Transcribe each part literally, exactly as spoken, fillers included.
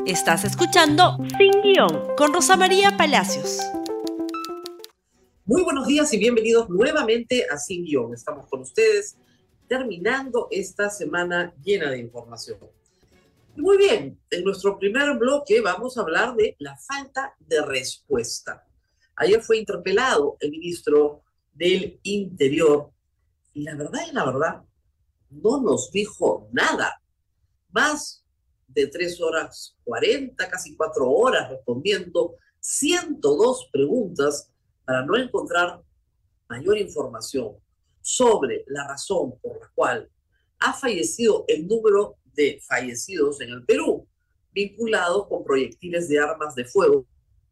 Estás escuchando Sin Guión con Rosa María Palacios. Muy buenos días y bienvenidos nuevamente a Sin Guión. Estamos con ustedes terminando esta semana llena de información. Muy bien, en nuestro primer bloque vamos a hablar de la falta de respuesta. Ayer fue interpelado el ministro del Interior y la verdad es la verdad, no nos dijo nada. Más de tres horas cuarenta, casi cuatro horas respondiendo ciento dos preguntas para no encontrar mayor información sobre la razón por la cual ha fallecido el número de fallecidos en el Perú vinculados con proyectiles de armas de fuego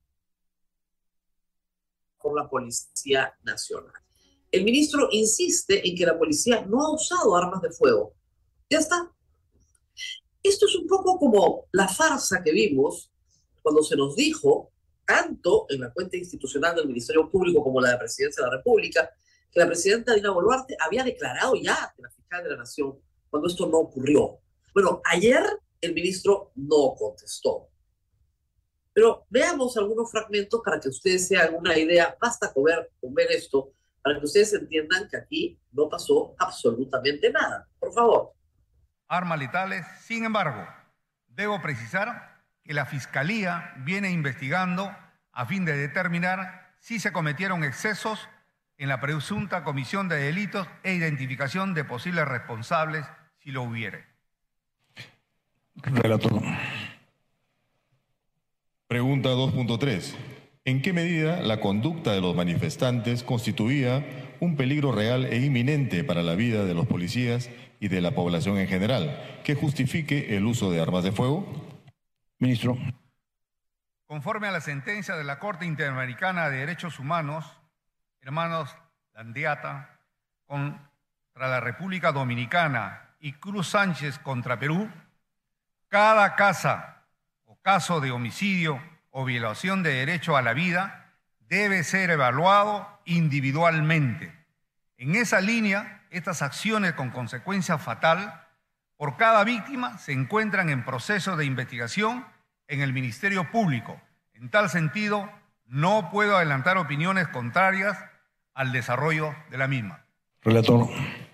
por la Policía Nacional. El ministro insiste en que la policía no ha usado armas de fuego. Ya está. Esto es un poco como la farsa que vimos cuando se nos dijo, tanto en la cuenta institucional del Ministerio Público como la de la Presidencia de la República, que la presidenta Dina Boluarte había declarado ya ante la fiscal de la Nación cuando esto no ocurrió. Bueno, ayer el ministro no contestó. Pero veamos algunos fragmentos para que ustedes se hagan una idea. Basta con ver, con ver esto para que ustedes entiendan que aquí no pasó absolutamente nada. Por favor. Armas letales. Sin embargo, debo precisar que la Fiscalía viene investigando a fin de determinar si se cometieron excesos en la presunta comisión de delitos e identificación de posibles responsables si lo hubiere. Relator. Pregunta dos punto tres. ¿En qué medida la conducta de los manifestantes constituía un peligro real e inminente para la vida de los policías y de la población en general, que justifique el uso de armas de fuego? Ministro. Conforme a la sentencia de la Corte Interamericana de Derechos Humanos, hermanos Landeata contra la República Dominicana y Cruz Sánchez contra Perú, cada casa o caso de homicidio o violación de derecho a la vida debe ser evaluado individualmente. En esa línea, estas acciones con consecuencia fatal por cada víctima se encuentran en proceso de investigación en el Ministerio Público. En tal sentido, no puedo adelantar opiniones contrarias al desarrollo de la misma. Relator.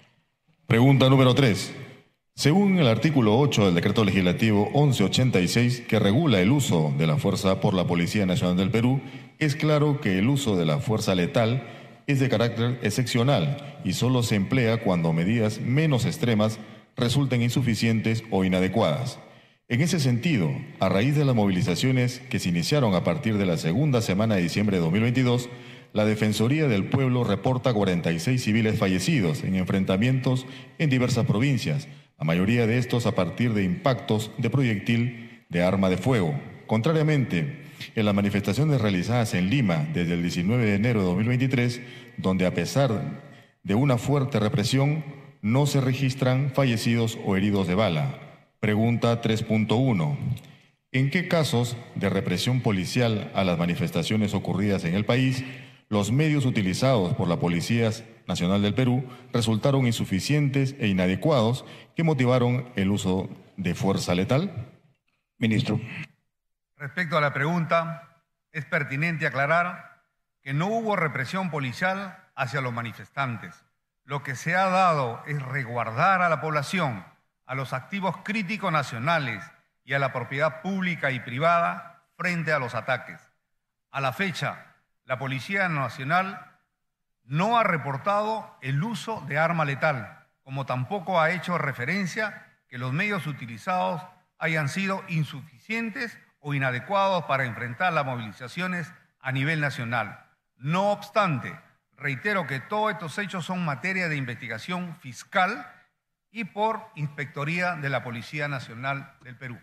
Pregunta número tres. Según el artículo ocho del Decreto Legislativo once ochenta y seis, que regula el uso de la fuerza por la Policía Nacional del Perú, es claro que el uso de la fuerza letal es de carácter excepcional y solo se emplea cuando medidas menos extremas resulten insuficientes o inadecuadas. En ese sentido, a raíz de las movilizaciones que se iniciaron a partir de la segunda semana de diciembre de dos mil veintidós, la Defensoría del Pueblo reporta cuarenta y seis civiles fallecidos en enfrentamientos en diversas provincias, la mayoría de estos a partir de impactos de proyectil de arma de fuego. Contrariamente, en las manifestaciones realizadas en Lima desde el diecinueve de enero de dos mil veintitrés, donde a pesar de una fuerte represión, no se registran fallecidos o heridos de bala. Pregunta tres punto uno. ¿En qué casos de represión policial a las manifestaciones ocurridas en el país, los medios utilizados por la Policía Nacional del Perú resultaron insuficientes e inadecuados que motivaron el uso de fuerza letal? Ministro. Respecto a la pregunta, es pertinente aclarar que no hubo represión policial hacia los manifestantes. Lo que se ha dado es resguardar a la población, a los activos críticos nacionales y a la propiedad pública y privada frente a los ataques. A la fecha, la Policía Nacional no ha reportado el uso de arma letal, como tampoco ha hecho referencia que los medios utilizados hayan sido insuficientes o inadecuados para enfrentar las movilizaciones a nivel nacional. No obstante, reitero que todos estos hechos son materia de investigación fiscal y por Inspectoría de la Policía Nacional del Perú.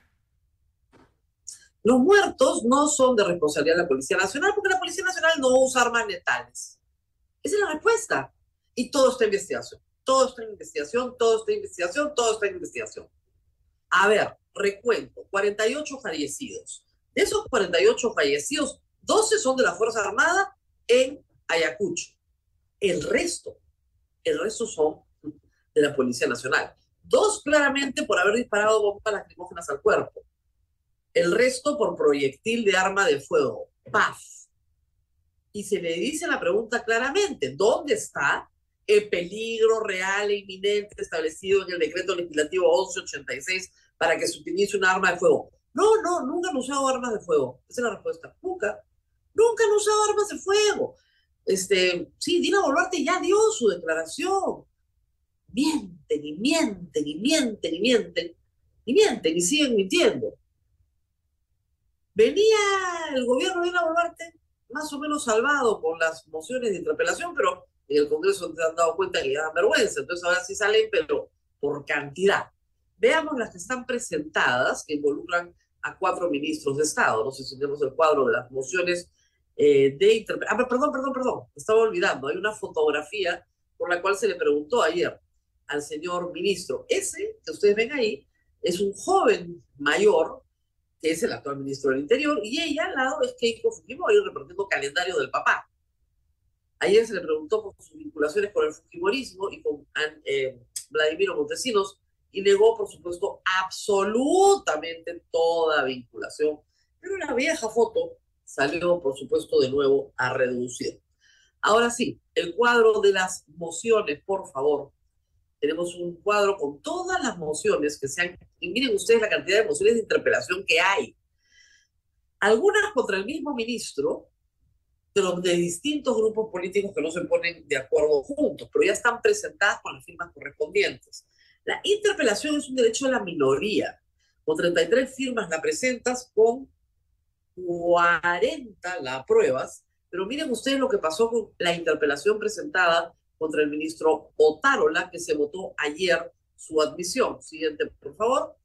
Los muertos no son de responsabilidad de la Policía Nacional porque la Policía Nacional no usa armas letales. Esa es la respuesta. Y todo está en investigación. Todo está en investigación, todo está en investigación, todo está en investigación. A ver, recuento, cuarenta y ocho fallecidos. De esos cuarenta y ocho fallecidos, doce son de la Fuerza Armada en Ayacucho. El resto, el resto son de la Policía Nacional. Dos claramente por haber disparado bombas lacrimógenas al cuerpo. El resto por proyectil de arma de fuego. ¡Paf! Y se le dice la pregunta claramente, ¿dónde está el peligro real e inminente establecido en el decreto legislativo once ochenta y seis para que se utilice un arma de fuego? No, no, nunca han usado armas de fuego. Esa es la respuesta. Nunca. Nunca han usado armas de fuego. Este, sí, Dina Boluarte ya dio su declaración. Mienten y mienten y mienten y mienten y mienten y siguen mintiendo. Venía el gobierno de Dina Boluarte más o menos salvado con las mociones de interpelación, pero en el Congreso se han dado cuenta que ya dan vergüenza, entonces ahora sí salen, pero por cantidad. Veamos las que están presentadas, que involucran a cuatro ministros de Estado. No sé si tenemos el cuadro de las mociones eh, de interpelación. Ah, perdón, perdón, perdón, me estaba olvidando. Hay una fotografía por la cual se le preguntó ayer al señor ministro. Ese que ustedes ven ahí es un joven mayor, que es el actual ministro del Interior, y ella al lado es Keiko Fujimori, repartiendo calendario del papá. Ayer se le preguntó por sus vinculaciones con el fujimorismo y con eh, Vladimiro Montesinos, y negó, por supuesto, absolutamente toda vinculación. Pero la vieja foto salió, por supuesto, de nuevo a reducir. Ahora sí, el cuadro de las mociones, por favor. Tenemos un cuadro con todas las mociones que se han... Y miren ustedes la cantidad de mociones de interpelación que hay. Algunas contra el mismo ministro, pero de distintos grupos políticos que no se ponen de acuerdo juntos, pero ya están presentadas con las firmas correspondientes. La interpelación es un derecho de la minoría. Con treinta y tres firmas la presentas, con cuarenta la apruebas, pero miren ustedes lo que pasó con la interpelación presentada contra el ministro Otárola, que se votó ayer su admisión. Siguiente, por favor.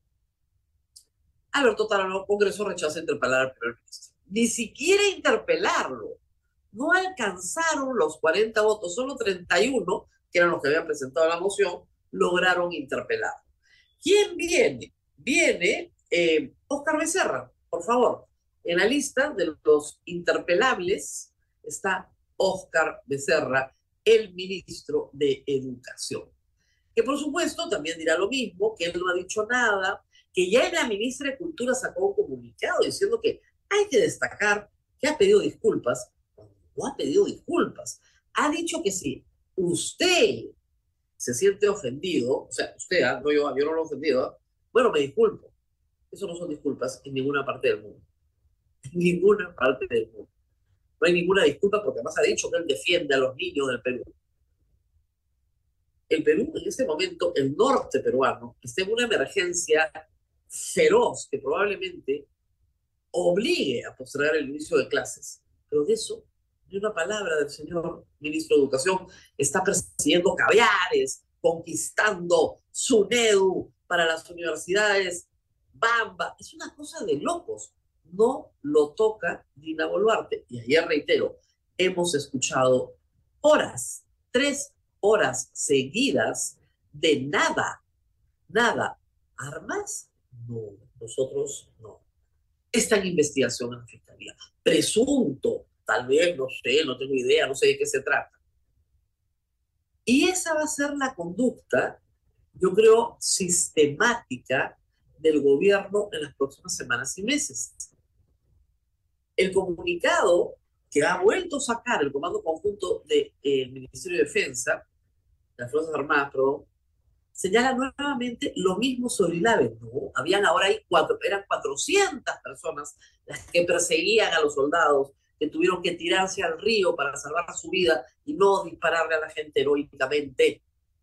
Alberto Otárola, Congreso rechaza interpelar al primer ministro. Ni siquiera interpelarlo. No alcanzaron los cuarenta votos, solo treinta y uno, que eran los que habían presentado la moción, lograron interpelar. ¿Quién viene? Viene eh, Óscar Becerra, por favor. En la lista de los interpelables está Óscar Becerra, el ministro de Educación, que por supuesto también dirá lo mismo, que él no ha dicho nada, que ya la ministra de Cultura sacó un comunicado diciendo que hay que destacar que ha pedido disculpas. No ha pedido disculpas. Ha dicho que si usted se siente ofendido, o sea, usted, ¿eh? no yo, yo no lo he ofendido, ¿eh? Bueno, me disculpo. Eso no son disculpas en ninguna parte del mundo. En ninguna parte del mundo. No hay ninguna disculpa porque además ha dicho que él defiende a los niños del Perú. El Perú, en este momento, el norte peruano, está en una emergencia feroz que probablemente obligue a postergar el inicio de clases. Pero de eso, ni una palabra del señor ministro de Educación. Está persiguiendo caviares, conquistando SUNEDU para las universidades, Bamba. Es una cosa de locos. No lo toca Dina Boluarte. Y ayer, reitero, hemos escuchado horas, tres horas seguidas de nada, nada. ¿Armas? No, nosotros no. Está en investigación en la Fiscalía. Presunto, tal vez, no sé, no tengo idea, no sé de qué se trata. Y esa va a ser la conducta, yo creo, sistemática del gobierno en las próximas semanas y meses. El comunicado que ha vuelto a sacar el Comando Conjunto del de, eh, Ministerio de Defensa, de las Fuerzas Armadas, perdón, señala nuevamente lo mismo sobre el AVE. No, habían ahora ahí cuatro, eran cuatrocientas personas las que perseguían a los soldados, que tuvieron que tirarse al río para salvar su vida y no dispararle a la gente heroicamente.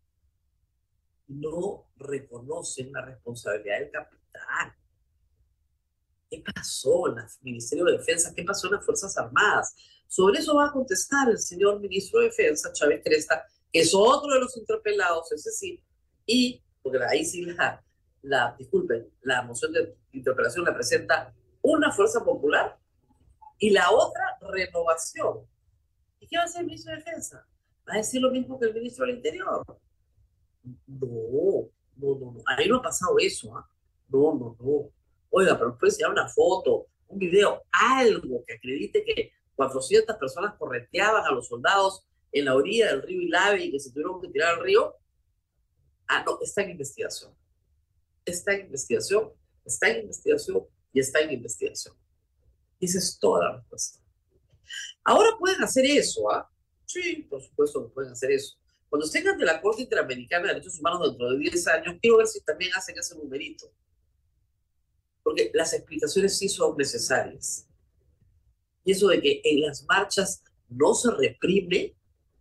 No reconocen la responsabilidad del capitán. ¿Qué pasó en el Ministerio de Defensa? ¿Qué pasó en las Fuerzas Armadas? Sobre eso va a contestar el señor ministro de Defensa, Chávez Cresta, que es otro de los interpelados, ese sí, y, porque ahí sí la, la, disculpen, la moción de interpelación la presenta una fuerza popular y la otra, Renovación. ¿Y qué va a hacer el ministro de Defensa? ¿Va a decir lo mismo que el ministro del Interior? No, no, no, no. Ahí no ha pasado eso, ¿eh? No, no, no. Oiga, pero puede enseñar una foto, un video, algo que acredite que cuatrocientas personas correteaban a los soldados en la orilla del río Ilave y que se tuvieron que tirar al río. Ah, no, está en investigación. Está en investigación, está en investigación. y está en investigación. Esa es toda la respuesta. Ahora pueden hacer eso, ¿ah? Sí, por supuesto que pueden hacer eso. Cuando estén ante la Corte Interamericana de Derechos Humanos dentro de diez años, quiero ver si también hacen ese numerito. Porque las explicaciones sí son necesarias. Y eso de que en las marchas no se reprime,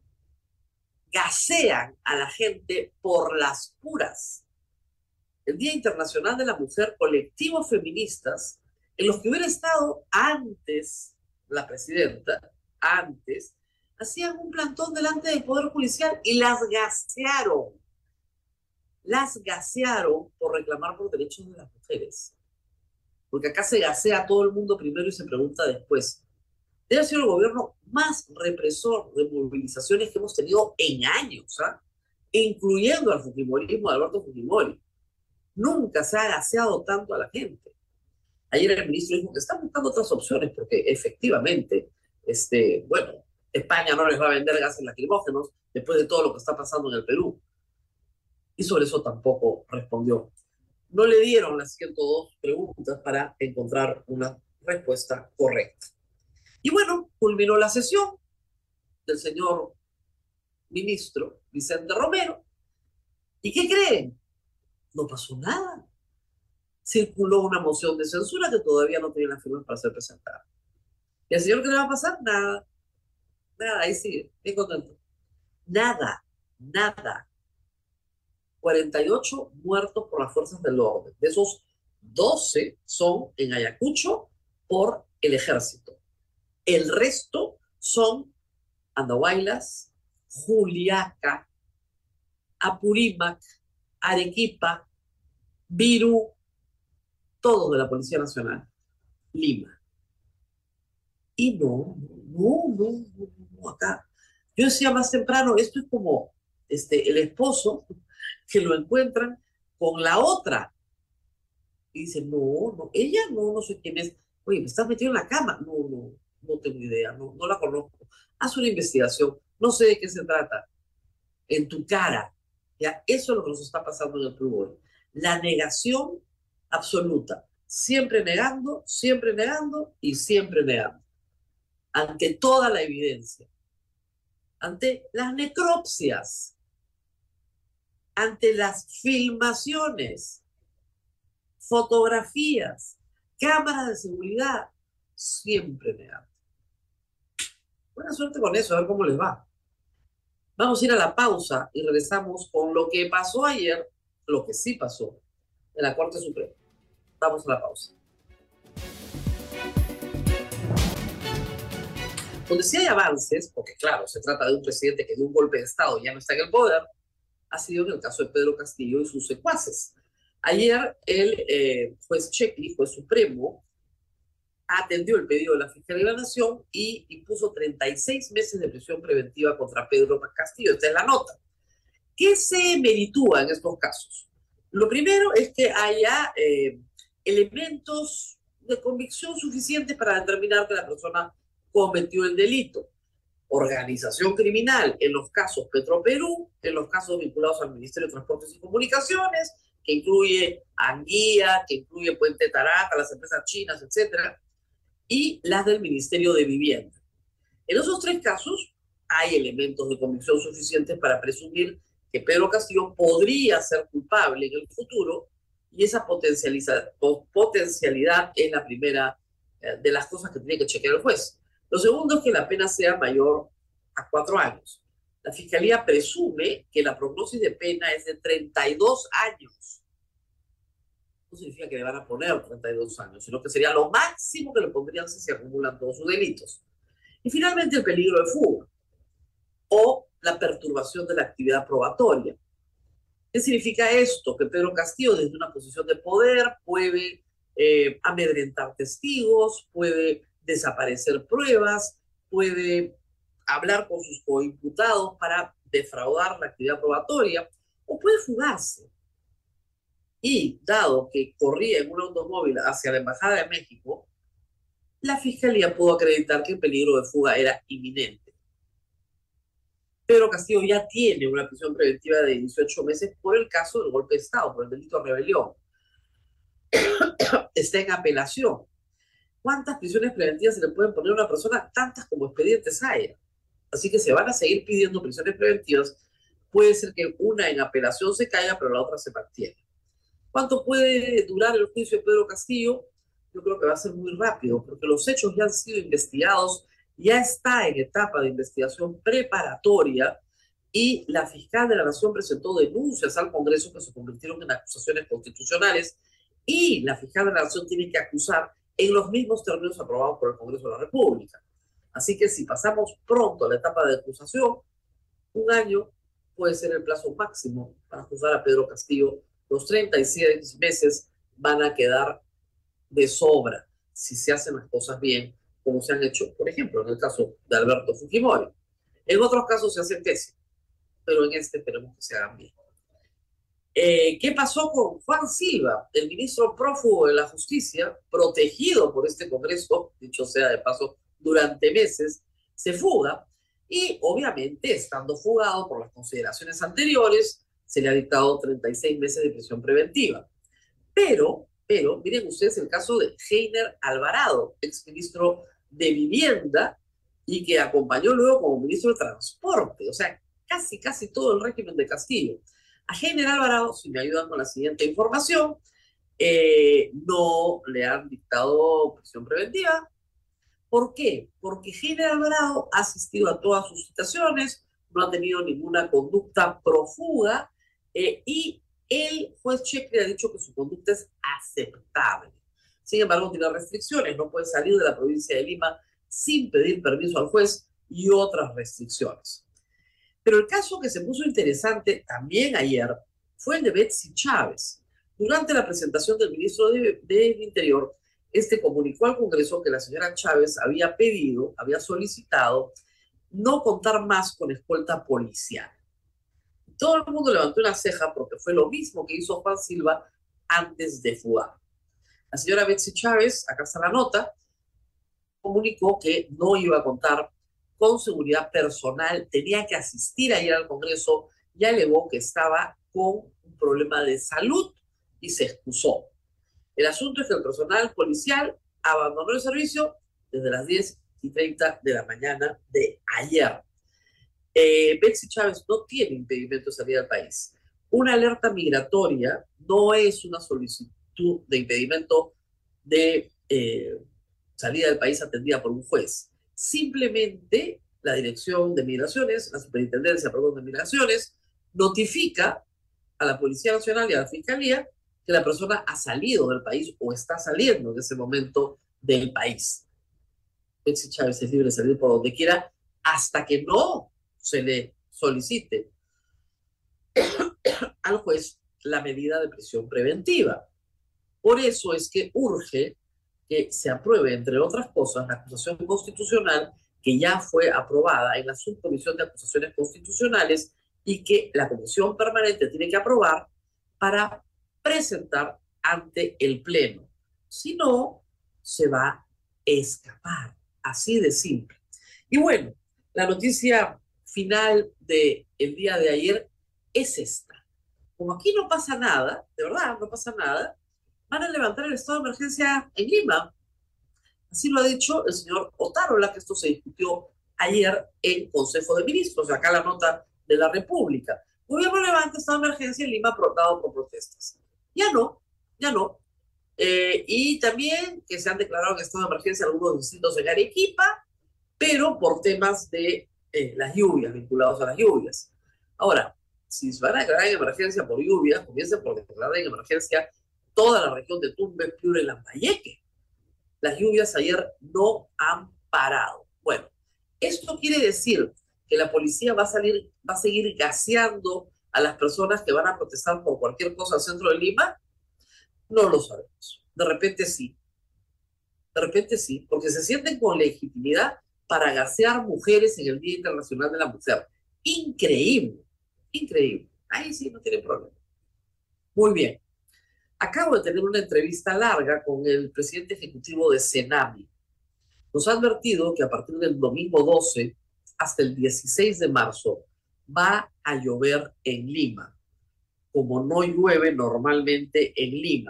gasean a la gente por las puras. El Día Internacional de la Mujer, colectivos feministas, en los que hubiera estado antes la presidenta, antes, hacían un plantón delante del Poder Judicial y las gasearon. Las gasearon por reclamar por derechos de las mujeres. Porque acá se gasea a todo el mundo primero y se pregunta después. Debe ser el gobierno más represor de movilizaciones que hemos tenido en años, ¿ah? Incluyendo al fujimorismo de Alberto Fujimori. Nunca se ha gaseado tanto a la gente. Ayer el ministro dijo que están buscando otras opciones porque efectivamente, este, bueno, España no les va a vender gases lacrimógenos después de todo lo que está pasando en el Perú. Y sobre eso tampoco respondió. No le dieron las ciento dos preguntas para encontrar una respuesta correcta. Y bueno, culminó la sesión del señor ministro Vicente Romero. ¿Y qué creen? No pasó nada. Circuló una moción de censura que todavía no tenía las firmas para ser presentada. ¿Y al señor qué le va a pasar? Nada. Nada, ahí sigue, bien contento. Nada, nada. cuarenta y ocho muertos por las fuerzas del orden. De esos, doce son en Ayacucho por el ejército. El resto son Andahuaylas, Juliaca, Apurímac, Arequipa, Virú, todos de la Policía Nacional, Lima. Y no, no, no, no, no, acá. Yo decía más temprano, esto es como este, el esposo que lo encuentran con la otra. Y dice, no, no, ella no, no sé quién es. Oye, ¿me estás metido en la cama? No, no, no tengo idea, no, no la conozco. Haz una investigación, no sé de qué se trata. En tu cara. Ya, eso es lo que nos está pasando en el Perú hoy. La negación absoluta. Siempre negando, siempre negando y siempre negando. Ante toda la evidencia. Ante las necropsias. Ante las filmaciones. Fotografías. Cámaras de seguridad. Siempre negando. Buena suerte con eso, a ver cómo les va. Vamos a ir a la pausa y regresamos con lo que pasó ayer, lo que sí pasó en la Corte Suprema. Vamos a la pausa. Donde sí hay avances, porque claro, se trata de un presidente que de un golpe de Estado ya no está en el poder, ha sido en el caso de Pedro Castillo y sus secuaces. Ayer el eh, juez Chequi, juez supremo, atendió el pedido de la Fiscalía de la Nación y impuso treinta y seis meses de prisión preventiva contra Pedro Castillo. Esta es la nota. ¿Qué se meritúa en estos casos? Lo primero es que haya eh, elementos de convicción suficientes para determinar que la persona cometió el delito. Organización criminal en los casos Petroperú, en los casos vinculados al Ministerio de Transportes y Comunicaciones, que incluye Anguía, que incluye Puente Tarata, las empresas chinas, etcétera, y las del Ministerio de Vivienda. En esos tres casos hay elementos de convicción suficientes para presumir que Pedro Castillo podría ser culpable en el futuro, y esa potencialidad es la primera eh, de las cosas que tiene que chequear el juez. Lo segundo es que la pena sea mayor a cuatro años. La Fiscalía presume que la prognosis de pena es de treinta y dos años. No significa que le van a poner treinta y dos años, sino que sería lo máximo que le pondrían si se acumulan todos sus delitos. Y finalmente el peligro de fuga o la perturbación de la actividad probatoria. ¿Qué significa esto? Que Pedro Castillo, desde una posición de poder, puede eh, amedrentar testigos, puede desaparecer pruebas, puede hablar con sus coimputados para defraudar la actividad probatoria, o puede fugarse. Y dado que corría en un automóvil hacia la Embajada de México, la Fiscalía pudo acreditar que el peligro de fuga era inminente. Pedro Castillo ya tiene una prisión preventiva de dieciocho meses por el caso del golpe de Estado, por el delito de rebelión. está en apelación. ¿Cuántas prisiones preventivas se le pueden poner a una persona? Tantas como expedientes haya. Así que se van a seguir pidiendo prisiones preventivas. Puede ser que una en apelación se caiga, pero la otra se mantiene. ¿Cuánto puede durar el juicio de Pedro Castillo? Yo creo que va a ser muy rápido, porque los hechos ya han sido investigados, ya está en etapa de investigación preparatoria y la fiscal de la Nación presentó denuncias al Congreso que se convirtieron en acusaciones constitucionales y la fiscal de la Nación tiene que acusar en los mismos términos aprobados por el Congreso de la República. Así que si pasamos pronto a la etapa de acusación, un año puede ser el plazo máximo para acusar a Pedro Castillo. Los treinta y seis meses van a quedar de sobra si se hacen las cosas bien, como se han hecho, por ejemplo, en el caso de Alberto Fujimori. En otros casos se hacen pésimo, pero en este esperemos que se hagan bien. Eh, ¿Qué pasó con Juan Silva, el ministro prófugo de la Justicia, protegido por este Congreso, dicho sea de paso, durante meses, se fuga y obviamente, estando fugado por las consideraciones anteriores, se le ha dictado treinta y seis meses de prisión preventiva. Pero, pero, miren ustedes el caso de Heiner Alvarado, exministro de Vivienda y que acompañó luego como ministro de Transporte, o sea, casi, casi todo el régimen de Castillo. A Heiner Alvarado, si me ayudan con la siguiente información, eh, no le han dictado prisión preventiva. ¿Por qué? Porque Heiner Alvarado ha asistido a todas sus citaciones, no ha tenido ninguna conducta prófuga eh, y el juez Cheque le ha dicho que su conducta es aceptable. Sin embargo, tiene restricciones, no puede salir de la provincia de Lima sin pedir permiso al juez y otras restricciones. Pero el caso que se puso interesante también ayer fue el de Betsy Chávez. Durante la presentación del ministro del de, de Interior, este comunicó al Congreso que la señora Chávez había pedido, había solicitado no contar más con escolta policial. Todo el mundo levantó una ceja porque fue lo mismo que hizo Juan Silva antes de fugar. La señora Betsy Chávez, acá está la nota, comunicó que no iba a contar con seguridad personal, tenía que asistir ayer al Congreso y alegó que estaba con un problema de salud y se excusó. El asunto es que el personal policial abandonó el servicio desde las diez y treinta de la mañana de ayer. Eh, Betsy Chávez no tiene impedimento de salir del país. Una alerta migratoria no es una solicitud de impedimento de eh, salida del país atendida por un juez. Simplemente la Dirección de Migraciones, la Superintendencia, perdón, de Migraciones, notifica a la Policía Nacional y a la Fiscalía que la persona ha salido del país o está saliendo en ese momento del país. Betsy Chávez es libre de salir por donde quiera hasta que no se le solicite al juez la medida de prisión preventiva. Por eso es que urge que se apruebe, entre otras cosas, la acusación constitucional que ya fue aprobada en la Subcomisión de Acusaciones Constitucionales y que la Comisión Permanente tiene que aprobar para presentar ante el Pleno. Si no, se va a escapar. Así de simple. Y bueno, la noticia final del día de ayer es esta. Como aquí no pasa nada, de verdad, no pasa nada, van a levantar el estado de emergencia en Lima. Así lo ha dicho el señor Otárola, que esto se discutió ayer en Consejo de Ministros, acá la nota de la República. El gobierno levanta estado de emergencia en Lima provocado por protestas. Ya no, ya no. Eh, y también que se han declarado en estado de emergencia algunos distritos en Arequipa, pero por temas de eh, las lluvias, vinculados a las lluvias. Ahora, si se van a declarar en emergencia por lluvias, comiencen por declarar en emergencia toda la región de Tumbes, Piura y Lambayeque. Las lluvias ayer no han parado. Bueno, esto quiere decir que la policía va a salir, va a seguir gaseando a las personas que van a protestar por cualquier cosa al centro de Lima. No lo sabemos. De repente sí. De repente sí, porque se sienten con legitimidad para gasear mujeres en el Día Internacional de la Mujer. Increíble, increíble. Ahí sí no tienen problema. Muy bien. Acabo de tener una entrevista larga con el presidente ejecutivo de Senami. Nos ha advertido que a partir del domingo doce hasta el dieciséis de marzo va a llover en Lima, como no llueve normalmente en Lima.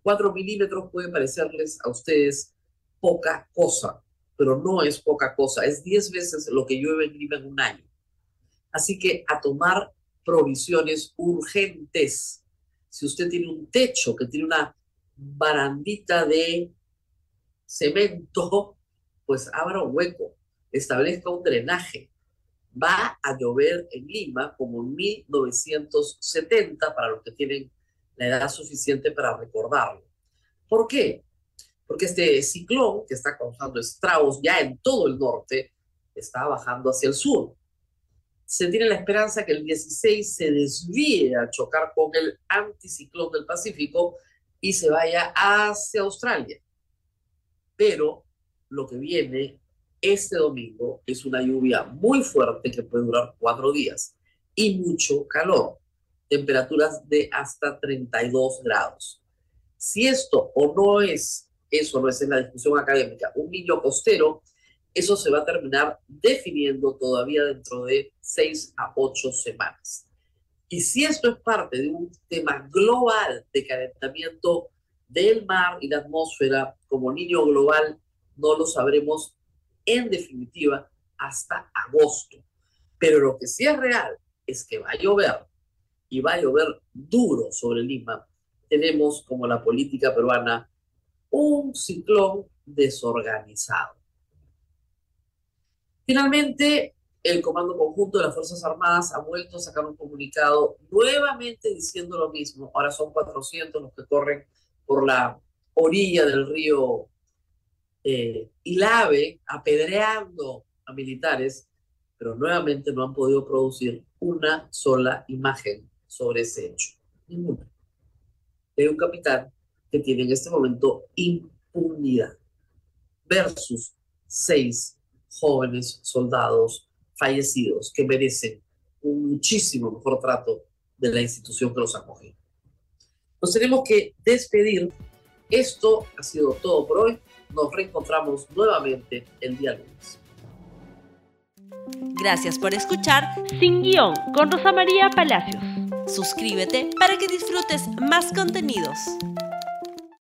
Cuatro milímetros puede parecerles a ustedes poca cosa, pero no es poca cosa, es diez veces lo que llueve en Lima en un año. Así que a tomar provisiones urgentes. Si usted tiene un techo que tiene una barandita de cemento, pues abra un hueco, establezca un drenaje. Va a llover en Lima como en mil novecientos setenta, para los que tienen la edad suficiente para recordarlo. ¿Por qué? Porque este ciclón que está causando estragos ya en todo el norte está bajando hacia el sur. Se tiene la esperanza que el dieciséis se desvíe a chocar con el anticiclón del Pacífico y se vaya hacia Australia. Pero lo que viene este domingo es una lluvia muy fuerte que puede durar cuatro días y mucho calor, temperaturas de hasta treinta y dos grados. Si esto o no es, eso no es en la discusión académica, un niño costero, eso se va a terminar definiendo todavía dentro de seis a ocho semanas. Y si esto es parte de un tema global de calentamiento del mar y la atmósfera como niño global, no lo sabremos en definitiva hasta agosto. Pero lo que sí es real es que va a llover y va a llover duro sobre Lima. Tenemos como la política peruana un ciclón desorganizado. Finalmente, el Comando Conjunto de las Fuerzas Armadas ha vuelto a sacar un comunicado nuevamente diciendo lo mismo. Ahora son cuatrocientos los que corren por la orilla del río eh, Ilave, apedreando a militares, pero nuevamente no han podido producir una sola imagen sobre ese hecho. Ninguna. Hay un capitán que tiene en este momento impunidad versus seis jóvenes soldados fallecidos que merecen un muchísimo mejor trato de la institución que los acoge. Nos tenemos que despedir. Esto ha sido todo por hoy. Nos reencontramos nuevamente el día lunes. Gracias por escuchar Sin Guión con Rosa María Palacios. Suscríbete para que disfrutes más contenidos.